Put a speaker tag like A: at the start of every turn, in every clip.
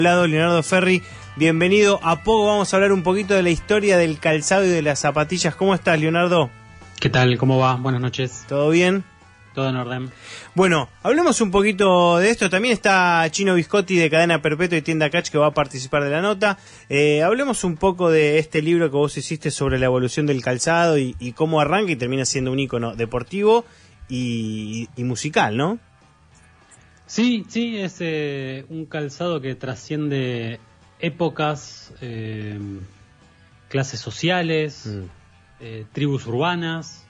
A: Lado Leonardo Ferri, bienvenido a Pogo. Vamos a hablar un poquito de la historia del calzado y de las zapatillas. ¿Cómo estás, Leonardo?
B: ¿Qué tal? ¿Cómo va? Buenas noches.
A: ¿Todo bien?
B: Todo en orden.
A: Bueno, hablemos un poquito de esto. También está Chino Biscotti de Cadena Perpetua y Tienda Catch, que va a participar de la nota. Hablemos un poco de este libro que vos hiciste sobre la evolución del calzado y cómo arranca y termina siendo un ícono deportivo y musical, ¿no?
B: Sí, es un calzado que trasciende épocas, clases sociales, tribus urbanas,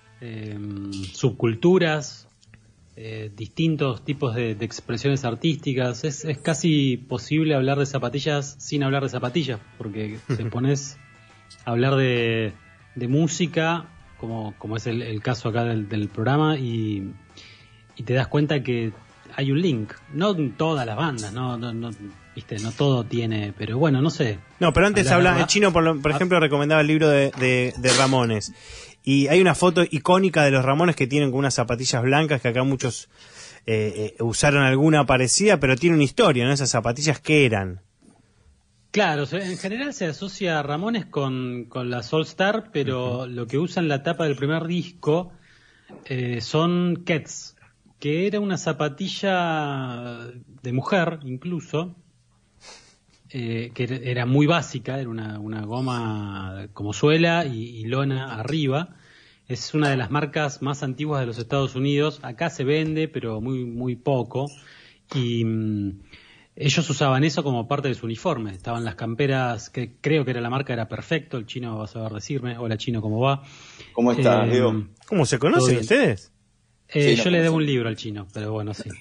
B: subculturas, distintos tipos de expresiones artísticas. Es casi posible hablar de zapatillas sin hablar de zapatillas, porque te pones a hablar de música, como es el caso acá del programa, y te das cuenta que hay un link, no en todas las bandas, no, viste, no todo tiene, pero bueno, no sé.
A: No, pero antes hablaba, el Chino, por ejemplo, recomendaba el libro de Ramones, y hay una foto icónica de los Ramones que tienen con unas zapatillas blancas, que acá muchos usaron alguna parecida, pero tiene una historia, ¿no? Esas zapatillas, ¿qué eran?
B: Claro, en general se asocia a Ramones con la Soul Star, pero lo que usa en la tapa del primer disco son Keds, que era una zapatilla de mujer, incluso, que era muy básica, era una goma como suela y lona arriba. Es una de las marcas más antiguas de los Estados Unidos. Acá se vende, pero muy poco. Y ellos usaban eso como parte de su uniforme. Estaban las camperas, que creo que era la marca, era Perfecto. El Chino va a saber decirme. Hola, Chino, ¿cómo va?
C: ¿Cómo estás, Leo?
A: ¿Cómo se conocen ustedes?
B: Sí, yo le debo un libro al Chino, pero bueno, sí.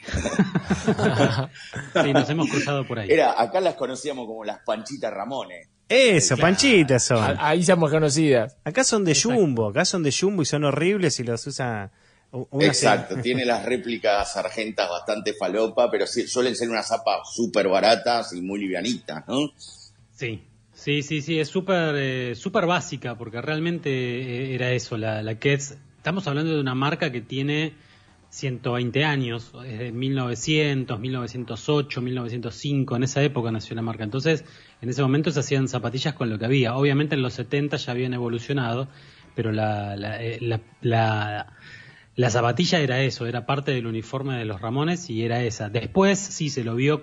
B: Sí, nos hemos cruzado por ahí.
C: Acá las conocíamos como las Panchitas Ramones.
A: Eso, claro. Panchitas son.
D: Ahí somos conocidas.
A: Acá son de Jumbo, y son horribles y los usa
C: Exacto, tiene las réplicas argentas bastante falopa, pero sí, suelen ser unas zapas súper baratas y muy livianitas, ¿no?
B: Sí, es súper básica, porque realmente era eso, la Keds. Estamos hablando de una marca que tiene 120 años, desde 1900, 1908, 1905, en esa época nació la marca. Entonces, en ese momento se hacían zapatillas con lo que había. Obviamente en los 70 ya habían evolucionado, pero la zapatilla era eso, era parte del uniforme de los Ramones y era esa. Después sí se lo vio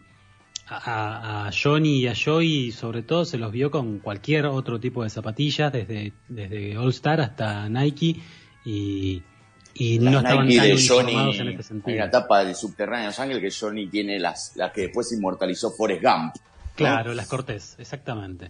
B: a Johnny y a Joey, sobre todo se los vio con cualquier otro tipo de zapatillas, desde All Star hasta Nike, y no estaban
C: Nike
B: tan
C: de
B: uniformados
C: Johnny,
B: en este sentido.
C: hay una tapa de Subterráneos Ángel que Johnny tiene las que después inmortalizó Forrest Gump, ¿no?
B: Claro, las Cortés, exactamente.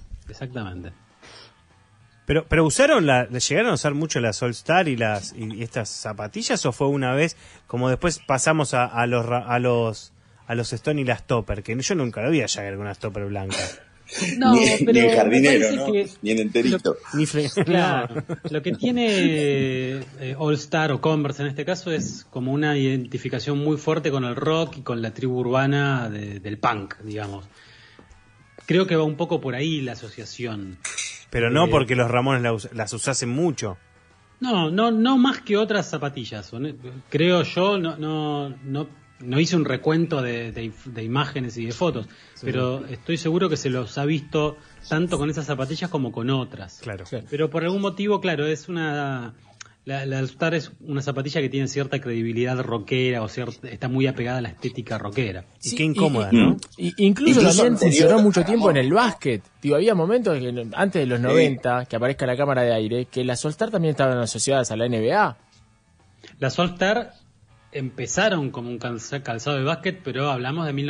A: Pero ¿llegaron a usar mucho las All Star y estas zapatillas, o fue una vez, como después pasamos a los Stone y las Topper, que yo nunca lo vi allá algunas Topper blancas?
B: No,
C: ni el jardinero, ¿no?
B: Que
C: ni el enterito.
B: Claro, lo que tiene All Star o Converse en este caso es como una identificación muy fuerte con el rock y con la tribu urbana del punk, digamos. Creo que va un poco por ahí la asociación.
A: Pero no porque los Ramones las usasen mucho.
B: No más que otras zapatillas. Creo yo, no hice un recuento de imágenes y de fotos, sí, pero estoy seguro que se los ha visto tanto con esas zapatillas como con otras.
A: Claro.
B: Pero por algún motivo, claro, la All Star es una zapatilla que tiene cierta credibilidad rockera, está muy apegada a la estética rockera.
A: Sí, y qué incómoda, ¿no?
D: Incluso también funcionó mucho tiempo en el básquet. Había momentos antes de los 90, que aparezca la cámara de aire, que las All Star también estaban asociadas a la NBA.
B: Las All Star empezaron como un calzado de básquet, pero hablamos de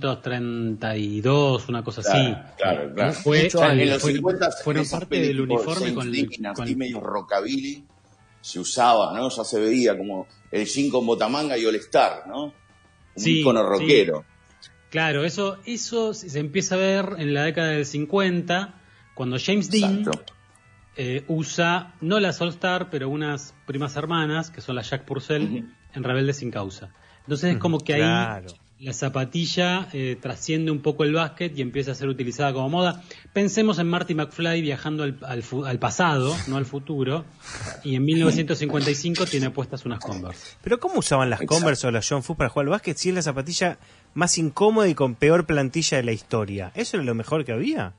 B: 1932, una cosa así.
C: Claro.
B: En los 50 fueron parte del uniforme con
C: medio rockabilly se usaba, ¿no? Ya se veía como el jean con botamanga y All Star, ¿no? Un icono rockero.
B: Sí. Claro, eso se empieza a ver en la década del 50, cuando James Dean usa, no las All Star, pero unas primas hermanas, que son las Jack Purcell, en Rebelde sin Causa. Entonces es como que ahí la zapatilla trasciende un poco el básquet y empieza a ser utilizada como moda. Pensemos en Marty McFly viajando al pasado, no al futuro, y en 1955 tiene puestas unas Converse.
A: Pero ¿cómo usaban las Converse o las John Fu para jugar al básquet si es la zapatilla más incómoda y con peor plantilla de la historia? ¿Eso era lo mejor que había?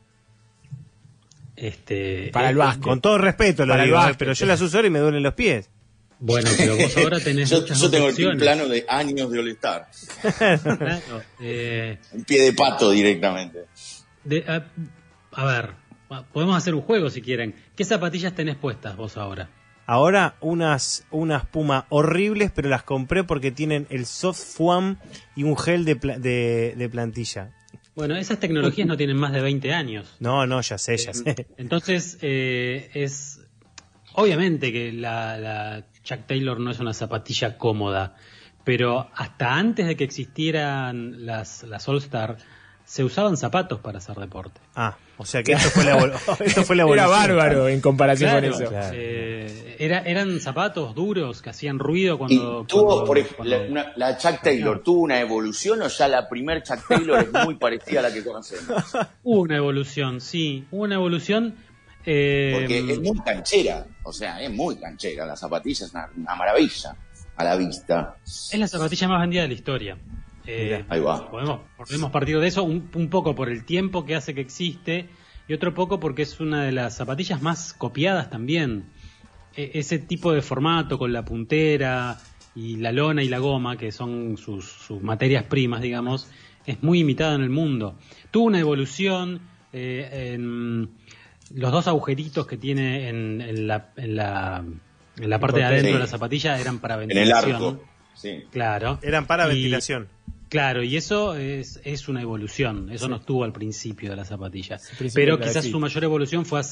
D: Para el básquet.
A: Con todo respeto lo digo, pero yo las uso ahora y me duelen los pies.
B: Bueno, pero vos ahora tenés
C: yo tengo
B: opciones.
C: el plano de años de All-Star.
B: Claro,
C: en pie de pato directamente.
B: A ver, podemos hacer un juego si quieren. ¿Qué zapatillas tenés puestas vos ahora?
A: Ahora unas Puma horribles, pero las compré porque tienen el soft foam y un gel de plantilla.
B: Bueno, esas tecnologías no tienen más de 20 años.
A: No, ya sé.
B: Entonces, es obviamente que la Chuck Taylor no es una zapatilla cómoda, pero hasta antes de que existieran las All-Star, se usaban zapatos para hacer deporte.
A: O sea que esto fue la evolución.
D: Era bárbaro en comparación con eso.
A: Claro.
B: Eran zapatos duros que hacían ruido cuando...
C: ¿Y tuvo, por ejemplo, la Chuck Taylor, tuvo una evolución o ya la primer Chuck Taylor es muy parecida a la que conocemos?
B: Hubo una evolución, sí. Hubo una evolución...
C: Porque es muy canchera, o sea, es muy canchera. La zapatilla es una maravilla a la vista.
B: Es la zapatilla más vendida de la historia.
C: Ahí va.
B: Podemos partir de eso un poco por el tiempo que hace que existe y otro poco porque es una de las zapatillas más copiadas también. Ese tipo de formato con la puntera y la lona y la goma, que son sus materias primas, digamos, es muy imitado en el mundo. Tuvo una evolución en los dos agujeritos que tiene en la parte de adentro de la zapatilla eran para ventilación.
C: En el arco, sí.
B: Claro.
A: Eran para ventilación.
B: Claro, y eso es una evolución. Eso no estuvo al principio de la zapatilla. Pero quizás su mayor evolución fue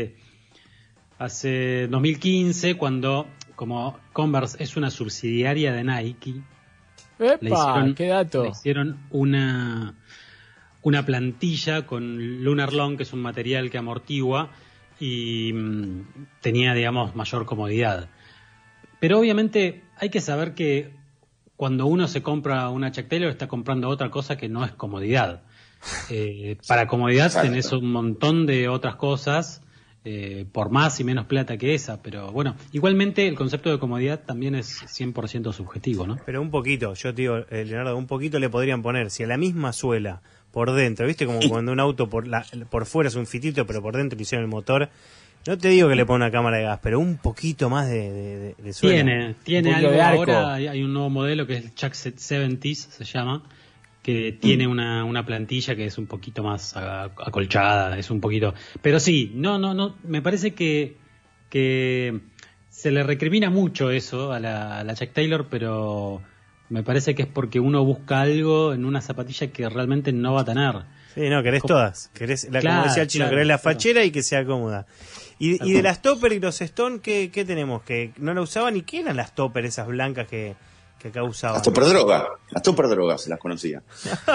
B: hace 2015, cuando, como Converse es una subsidiaria de Nike,
D: ¡qué dato!
B: le hicieron una plantilla con Lunar Long, que es un material que amortigua y tenía, digamos, mayor comodidad. Pero obviamente hay que saber que cuando uno se compra una Chuck Taylor está comprando otra cosa que no es comodidad. Para comodidad tenés un montón de otras cosas, por más y menos plata que esa, pero bueno, igualmente el concepto de comodidad también es 100% subjetivo, ¿no?
A: Pero un poquito, yo te digo, Leonardo, un poquito le podrían poner, si a la misma suela por dentro, ¿viste? Como cuando un auto por fuera es un fitito, pero por dentro le hicieron el motor. No te digo que le ponga una cámara de gas, pero un poquito más de suela.
B: Tiene algo de arco. Ahora hay un nuevo modelo que es el Chuck 70s, se llama, que tiene una plantilla que es un poquito más acolchada, es un poquito... Pero sí, no, me parece que se le recrimina mucho eso a la Chuck Taylor, pero me parece que es porque uno busca algo en una zapatilla que realmente no va a tener.
A: Sí, no, querés todas. Como decía el chino, querés la fachera y que sea cómoda. Y de las Topper y los Stone, ¿qué tenemos? Que no la usaban. ¿Y qué eran las Topper, esas blancas que acá usaban?
C: Las Topper drogas se las conocía.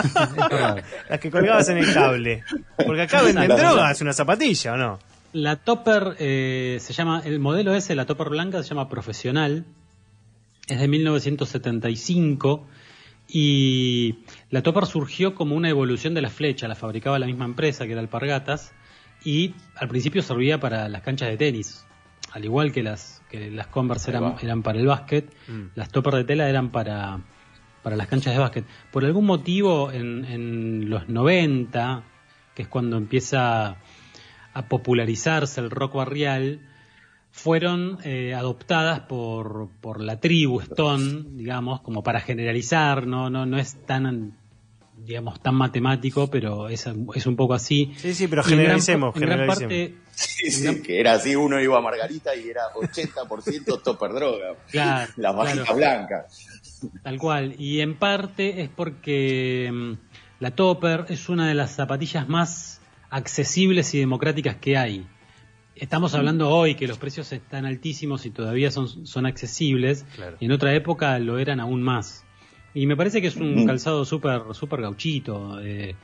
A: Las que colgabas en el cable. Porque acá venden drogas, una zapatilla, ¿o no?
B: La Topper se llama, el modelo ese, la Topper blanca, se llama Profesional. Es de 1975. Y la Topper surgió como una evolución de la flecha, la fabricaba la misma empresa que era Alpargatas, y al principio servía para las canchas de tenis, al igual que las Converse eran para el básquet, las Topper de tela eran para las canchas de básquet. Por algún motivo en los 90, que es cuando empieza a popularizarse el rock barrial, fueron adoptadas por la tribu Stone, digamos, como para generalizar, no es tan, digamos, tan matemático, pero es un poco así.
A: Sí, pero generalicemos.
B: En gran parte...
C: Sí, que era así, uno iba a Margarita y era 80% Topper droga.
B: Claro.
C: Las mágicas blancas.
B: Tal cual. Y en parte es porque la Topper es una de las zapatillas más accesibles y democráticas que hay. Estamos hablando hoy que los precios están altísimos y todavía son accesibles, claro. Y en otra época lo eran aún más. Y me parece que es un calzado súper gauchito.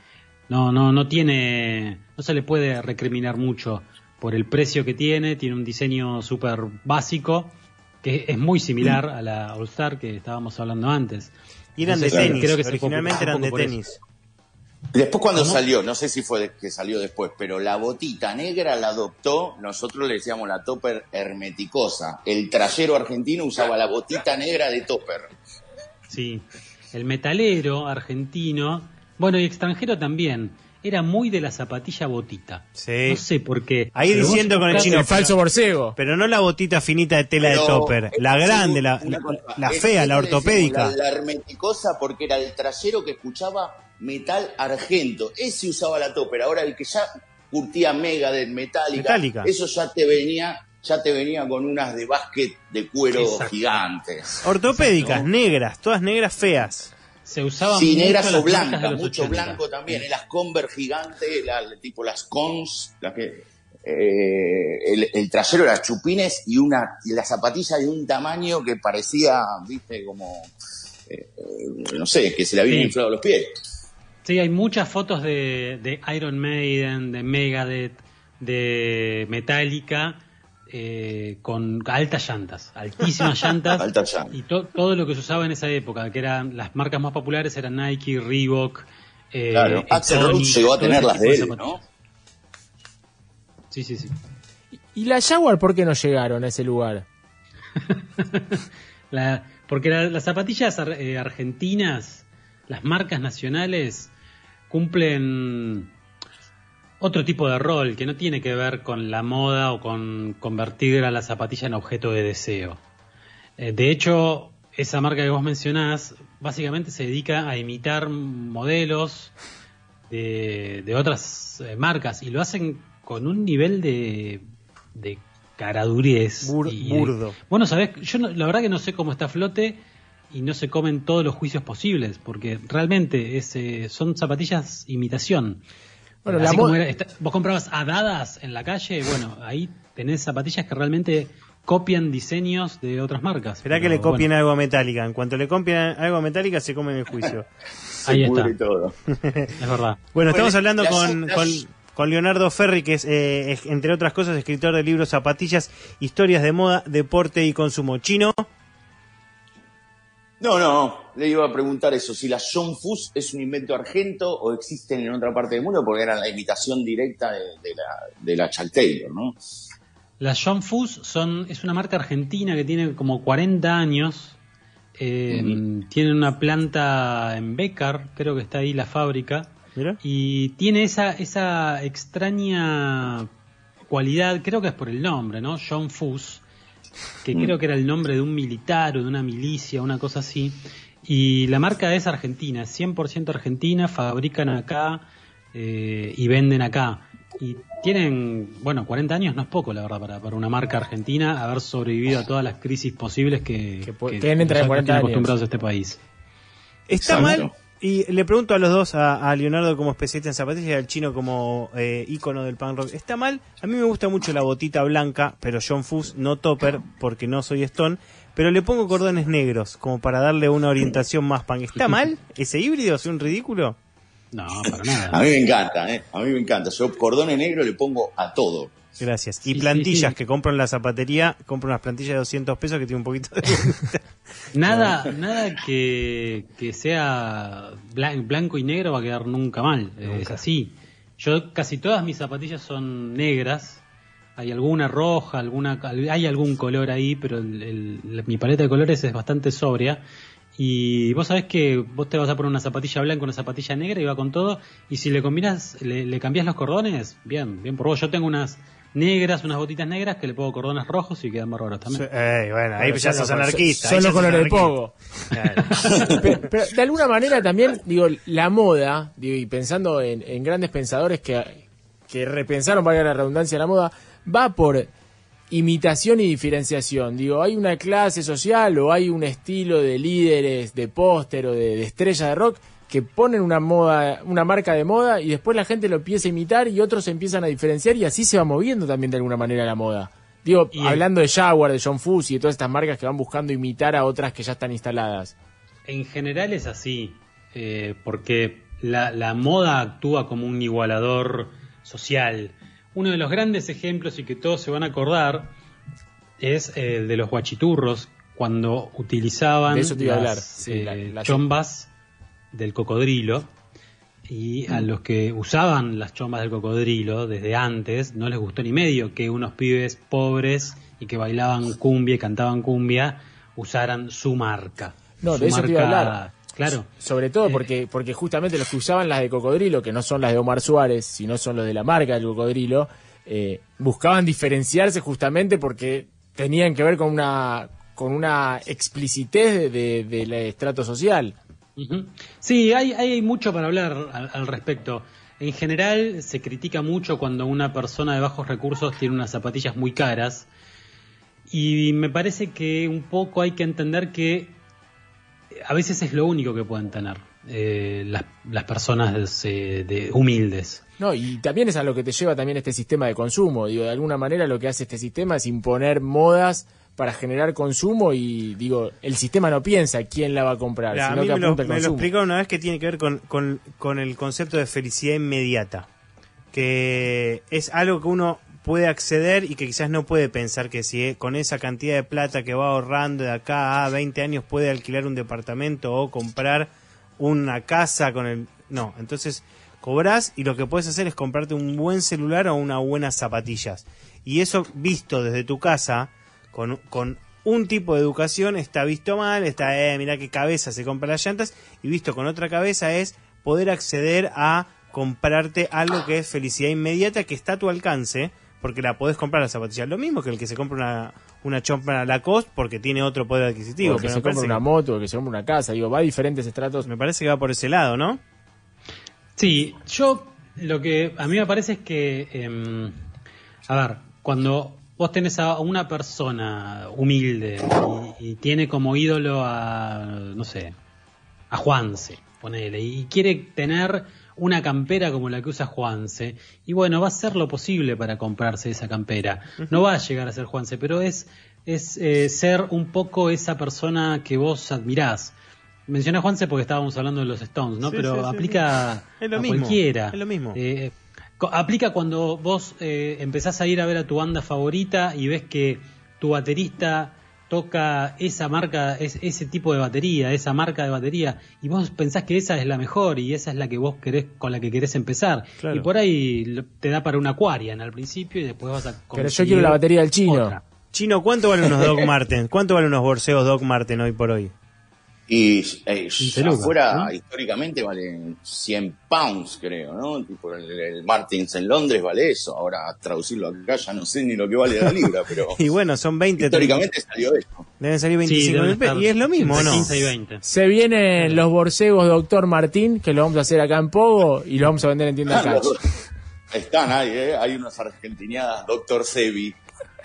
B: No se le puede recriminar mucho por el precio que tiene un diseño súper básico, que es muy similar a la All Star que estábamos hablando antes.
A: Y eran de tenis, creo que originalmente eran de tenis.
C: Después cuando salió, no sé si fue que salió después, pero la botita negra la adoptó, nosotros le decíamos la topper hermeticosa. El trayero argentino usaba la botita negra de topper.
B: Sí, el metalero argentino, bueno, y extranjero también, era muy de la zapatilla botita.
A: Sí.
B: No sé por qué.
A: Ahí diciendo con el chino.
D: El falso borcego.
A: Pero no la botita finita de tela de topper, la grande, la fea, la ortopédica.
C: La hermeticosa porque era el trayero que escuchaba metal argento. Ese usaba la topper. Ahora el que ya curtía Megadeth, Metallica, eso ya te venía con unas de básquet de cuero gigantes.
A: Ortopédicas, negras, todas negras feas.
B: Se usaban
C: negras o blancas, mucho blanco también, las Converse gigantes, tipo las Cons, el trasero era chupines y la zapatilla de un tamaño que parecía, viste, como, no sé, que se le habían inflado los pies.
B: Sí, hay muchas fotos de Iron Maiden, de Megadeth, de Metallica, con altas llantas, altísimas llantas. Y todo lo que se usaba en esa época, que eran las marcas más populares eran Nike, Reebok.
C: Claro, Axl Rose llegó a tener las de él, ¿no?
B: Sí.
D: ¿Y la Jaguar por qué no llegaron a ese lugar?
B: Porque las zapatillas argentinas, las marcas nacionales, cumplen otro tipo de rol que no tiene que ver con la moda o con convertir a la zapatilla en objeto de deseo. De hecho, esa marca que vos mencionás básicamente se dedica a imitar modelos de otras marcas y lo hacen con un nivel de caradurez.
A: Burdo.
B: Bueno, sabés, yo la verdad que no sé cómo está a flote y no se comen todos los juicios posibles porque realmente son zapatillas imitación. Bueno, así como vos comprabas Adadas en la calle, bueno, ahí tenés zapatillas que realmente copian diseños de otras marcas.
A: Esperá que le copien algo a Metallica. En cuanto le copien algo a Metallica, se comen el juicio.
B: Ahí está.
C: Todo.
B: Es verdad.
A: Bueno, estamos hablando con Leonardo Ferri, que es, entre otras cosas, escritor de libros Zapatillas, Historias de Moda, Deporte y Consumo. ¿Chino?
C: No, le iba a preguntar eso, si la John Fuss es un invento argento o existen en otra parte del mundo, porque eran la imitación directa de la Chuck Taylor, ¿no?
B: La John Fuss es una marca argentina que tiene como 40 años, tiene una planta en Becar, creo que está ahí la fábrica, ¿mira? Y tiene esa extraña cualidad, creo que es por el nombre, ¿no? John Fuss, que creo que era el nombre de un militar o de una milicia, una cosa así. Y la marca es argentina, es 100% argentina, fabrican acá y venden acá. Y tienen, 40 años no es poco, la verdad, para una marca argentina haber sobrevivido a todas las crisis posibles que
D: entre 40 años
B: acostumbrados a este país.
A: ¿Está mal? Y le pregunto a los dos, a Leonardo como especialista en zapatillas y al Chino como ícono del punk rock. ¿Está mal? A mí me gusta mucho la botita blanca, pero John Fuss, no topper, porque no soy Stone, pero le pongo cordones negros, como para darle una orientación más punk. ¿Está mal ese híbrido? ¿Es un ridículo?
B: No, para nada.
C: A mí me encanta, a mí me encanta. Yo cordones negros le pongo a todo.
A: Gracias. Y plantillas que compro en la zapatería, compro unas plantillas de 200 pesos que tiene un poquito de...
B: Nada que sea blanco y negro va a quedar nunca mal. Nunca. Es así. Yo casi todas mis zapatillas son negras. Hay alguna roja, hay algún color ahí, pero mi paleta de colores es bastante sobria. Y vos sabés que vos te vas a poner una zapatilla blanca, una zapatilla negra y va con todo. Y si le combinas, le cambiás los cordones, bien por vos. Yo tengo unas negras, unas botitas negras que le pongo cordones rojos y quedan bárbaros también.
A: Bueno, ahí ya sos anarquista.
D: Son los colores del pogo. pero de alguna manera también, la moda, y pensando en grandes pensadores que repensaron, valga la redundancia, la moda, va por imitación y diferenciación. Hay una clase social o hay un estilo de líderes, de póster o de estrella de rock que ponen una marca de moda y después la gente lo empieza a imitar y otros se empiezan a diferenciar y así se va moviendo también de alguna manera la moda. Hablando de Jaguar, de John Fuss y de todas estas marcas que van buscando imitar a otras que ya están instaladas.
B: En general es así, porque la moda actúa como un igualador social. Uno de los grandes ejemplos y que todos se van a acordar es el de los guachiturros, cuando utilizaban
D: de eso te iba a hablar.
B: las chombas del cocodrilo, y a los que usaban las chombas del cocodrilo desde antes no les gustó ni medio que unos pibes pobres y que bailaban cumbia y cantaban cumbia usaran su marca.
D: No, de eso te iba a hablar.
B: Claro.
D: Sobre todo porque justamente los que usaban las de cocodrilo, que no son las de Omar Suárez, sino son los de la marca del cocodrilo, buscaban diferenciarse justamente porque tenían que ver con una explicitez del estrato social.
B: Uh-huh. Sí, hay mucho para hablar al respecto. En general se critica mucho cuando una persona de bajos recursos tiene unas zapatillas muy caras, y me parece que un poco hay que entender que a veces es lo único que pueden tener las personas humildes.
D: No, y también es a lo que te lleva también este sistema de consumo. Digo, de alguna manera lo que hace este sistema es imponer modas para generar consumo, y digo, el sistema no piensa quién la va a comprar, sino que apunta al consumo.
A: Me lo explicó una vez que tiene que ver con el concepto de felicidad inmediata, que es algo que uno puede acceder y que quizás no puede pensar que si con esa cantidad de plata que va ahorrando de acá a 20 años puede alquilar un departamento o comprar una casa con el... No, entonces cobrás y lo que puedes hacer es comprarte un buen celular o unas buenas zapatillas. Y eso visto desde tu casa, con un tipo de educación, está visto mal, está, mirá qué cabeza se compra las llantas, y visto con otra cabeza es poder acceder a comprarte algo que es felicidad inmediata, que está a tu alcance, porque la podés comprar las zapatillas. Lo mismo que el que se compra una chompa Lacoste porque tiene otro poder adquisitivo.
D: O que se compra una moto, o que se compra una casa. Digo, va a diferentes estratos.
A: Me parece que va por ese lado, ¿no?
B: Sí, lo que a mí me parece es que, a ver, cuando vos tenés a una persona humilde y tiene como ídolo no sé, a Juanse, ponele, y quiere tener una campera como la que usa Juanse, y bueno, va a hacer lo posible para comprarse esa campera. No va a llegar a ser Juanse, pero es ser un poco esa persona que vos admirás. Mencioné a Juanse porque estábamos hablando de los Stones, ¿no?
A: Sí,
B: pero
A: sí,
B: aplica a cualquiera.
A: Es lo mismo.
B: Aplica cuando vos empezás a ir a ver a tu banda favorita y ves que tu baterista toca esa marca, ese tipo de batería, esa marca de batería, y vos pensás que esa es la mejor y esa es la que vos querés, con la que querés empezar. Claro. Y por ahí te da para una Aquarian al principio y después vas a conseguir.
D: Pero yo quiero la batería del Chino.
B: Otra.
A: Chino, ¿cuánto valen unos Doc Martens? ¿Cuánto valen unos Borseos Doc Martens hoy por hoy?
C: Y afuera, ¿no? Históricamente valen 100 pounds, creo, ¿no? Tipo el Martins en Londres vale eso. Ahora, traducirlo acá ya no sé ni lo que vale la libra, pero...
A: Y bueno, son 20.
C: Históricamente salió esto.
A: Deben salir 25.000 pesos. Y es lo mismo, ¿no?
B: 15 y 20.
D: Se vienen los borcegos Dr. Martín, que lo vamos a hacer acá en Pogo, y lo vamos a vender en tienda Catch.
C: Están ahí, hay unas argentinadas Dr. Sebi.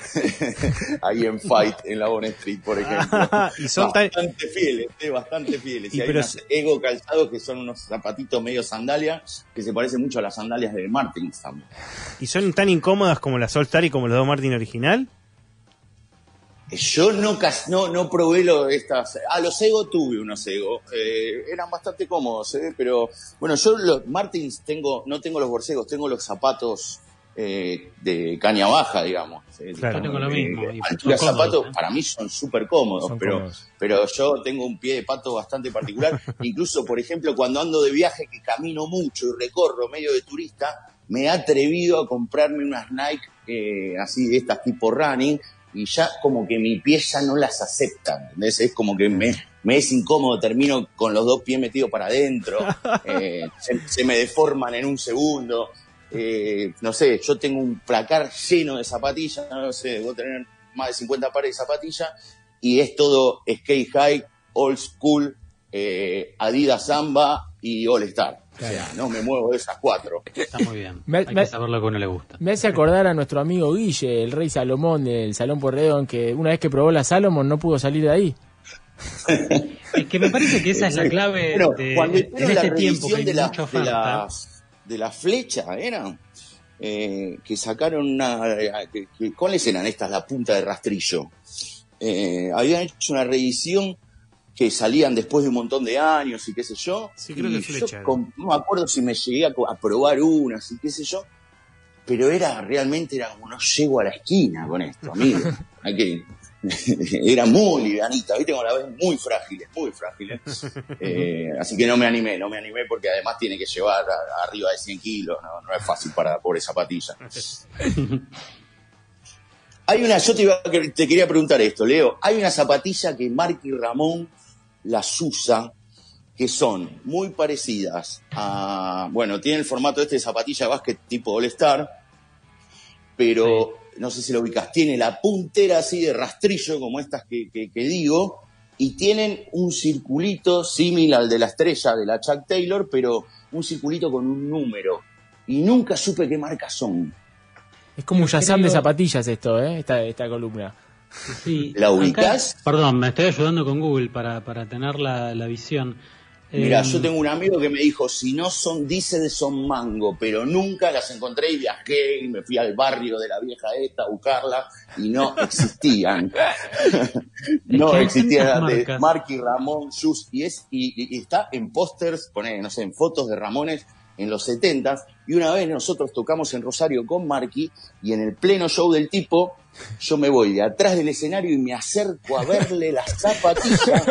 C: Ahí en Fight, en la Bond Street, por ejemplo.
A: Y son
C: bastante fieles. Y hay unos Ego calzados que son unos zapatitos medio sandalias que se parecen mucho a las sandalias de Martins también.
A: ¿Y son tan incómodas como las All Star y como los Doc Martens original?
C: Yo no probé estas. Los Ego tuve unos Ego. Eran bastante cómodos, pero bueno, yo los Martins no tengo los borcegos, tengo los zapatos de caña baja, digamos.
B: Claro. Yo tengo lo mismo.
C: Los zapatos para mí son súper cómodos, pero yo tengo un pie de pato bastante particular. Incluso, por ejemplo, cuando ando de viaje, que camino mucho y recorro medio de turista, me he atrevido a comprarme unas Nike así de estas tipo running, y ya como que mi pie ya no las acepta, ¿entendés? Es como que me es incómodo, termino con los dos pies metidos para adentro, se me deforman en un segundo. No sé, yo tengo un placar lleno de zapatillas, no sé, voy a tener más de 50 pares de zapatillas, y es todo skate high, old school, Adidas Samba y All Star. Claro. O sea, no me muevo de esas cuatro.
B: Está muy bien. Hay que saber lo que a uno le gusta.
D: Me hace acordar a nuestro amigo Guille, el rey Salomón del Salón Porredón, que una vez que probó la Salomón no pudo salir de ahí.
B: Es que me parece que esa es la clave en este tiempo que hay mucha oferta.
C: De la flecha, ¿eran? Que sacaron ¿cuáles eran estas? La punta de rastrillo. Habían hecho una reedición que salían después de un montón de años y qué sé yo.
A: Sí, creo que flecha.
C: No me acuerdo si me llegué a probar unas y qué sé yo, pero realmente era como, no llego a la esquina con esto, amigo. Era muy livianita, ¿viste? Como la ves, muy frágiles. Así que no me animé porque además tiene que llevar arriba de 100 kilos, no es fácil para la pobre zapatilla. Te quería preguntar esto, Leo. Hay una zapatilla que Marky Ramón las usa, que son muy parecidas a... Bueno, tiene el formato de zapatilla de básquet tipo All-Star, pero no sé si lo ubicas, tiene la puntera así de rastrillo, como estas que digo, y tienen un circulito similar al de la estrella de la Chuck Taylor, pero un circulito con un número. Y nunca supe qué marcas son.
D: Es como un Shazam de zapatillas esto, esta columna.
B: Sí.
C: ¿La ubicás?
B: Perdón, me estoy ayudando con Google para tener la visión.
C: Mira, yo tengo un amigo que me dijo, si no son diésel, son mango, pero nunca las encontré y viajé y me fui al barrio de la vieja esta a buscarla y no existían. No existían, de Marky Ramón, Shoes, y está en pósters, no sé, en fotos de Ramones en los 70s, y una vez nosotros tocamos en Rosario con Marky, y en el pleno show del tipo, yo me voy de atrás del escenario y me acerco a verle las zapatillas,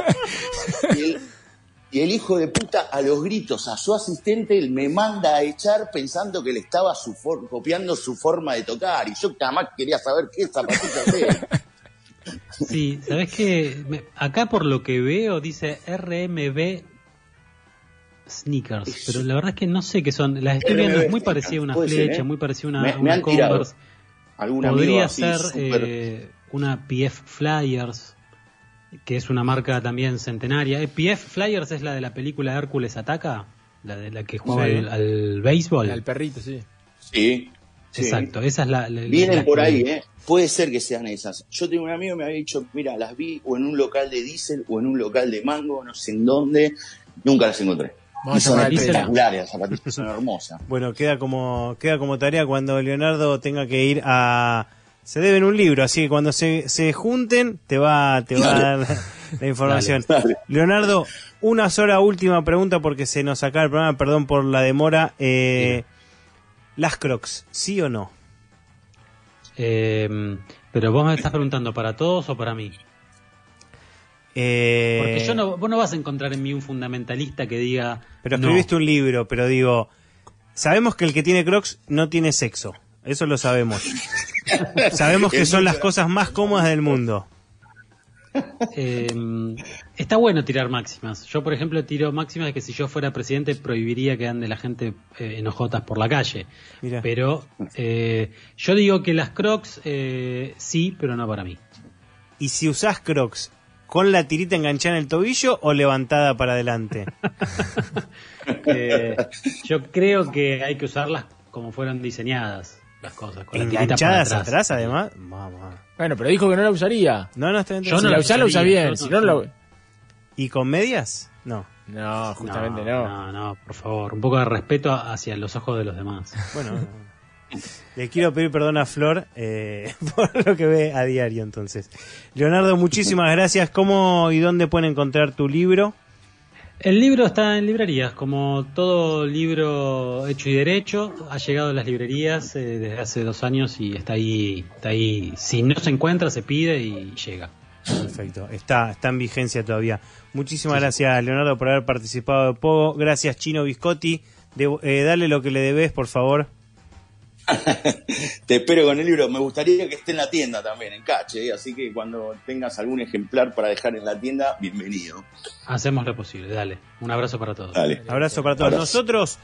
C: y el hijo de puta a los gritos a su asistente me manda a echar pensando que le estaba copiando su forma de tocar, y yo jamás quería saber qué zapatillas eran.
B: Sí, ¿sabés qué? Acá por lo que veo dice RMB Sneakers, pero la verdad es que no sé qué son. Las estoy viendo, es muy parecida a una flecha, muy parecida a una Converse. Podría ser una PF Flyers, que es una marca también centenaria. PF Flyers es la de la película Hércules Ataca, la de la que jugaba al béisbol.
D: Al perrito, sí.
C: Sí.
B: Exacto, esa es la
C: vienen por ahí, puede ser que sean esas. Yo tengo un amigo que me había dicho, mira, las vi o en un local de diésel o en un local de mango, no sé en dónde, nunca las encontré. Y son espectaculares, las zapatillas son hermosas.
A: Bueno, queda como tarea cuando Leonardo tenga que ir a... Se deben un libro, así que cuando se junten te va a dar la información.
C: Dale.
A: Leonardo, una sola última pregunta porque se nos acaba el programa, perdón por la demora. Las Crocs, ¿sí o no?
B: Pero vos me estás preguntando, ¿para todos o para mí? Porque vos no vas a encontrar en mí un fundamentalista que diga...
A: Pero escribiste un libro, pero digo... Sabemos que el que tiene Crocs no tiene sexo. Eso lo sabemos. Sabemos que son las cosas más cómodas del mundo.
B: Está bueno tirar máximas. Yo, por ejemplo, tiro máximas de que si yo fuera presidente prohibiría que ande la gente enojotas por la calle. Mirá. Pero yo digo que las Crocs sí, pero no para mí.
A: ¿Y si usás Crocs con la tirita enganchada en el tobillo o levantada para adelante?
B: Yo creo que hay que usarlas como fueron diseñadas las cosas. Con
A: enganchadas la atrás, además. Mamá.
D: Bueno, pero dijo que no la usaría.
A: No, está bien.
D: Yo no la usa bien. Si no la...
A: ¿Y con medias? No.
D: No, justamente no.
B: No, por favor. Un poco de respeto hacia los ojos de los demás.
A: Bueno, le quiero pedir perdón a Flor por lo que ve a diario, entonces. Leonardo, muchísimas gracias. ¿Cómo y dónde pueden encontrar tu libro?
B: El libro está en librerías, como todo libro hecho y derecho. Ha llegado a las librerías desde hace 2 años y está ahí. Si no se encuentra, se pide y llega.
A: Perfecto, está en vigencia todavía. Muchísimas gracias, Leonardo, por haber participado de Pogo. Gracias, Chino Biscotti. Dale lo que le debes, por favor.
C: Te espero con el libro. Me gustaría que esté en la tienda también, en Cache, así que cuando tengas algún ejemplar para dejar en la tienda, bienvenido.
B: Hacemos lo posible, dale. Un abrazo para todos.
C: Dale.
A: Abrazo para todos. Nosotros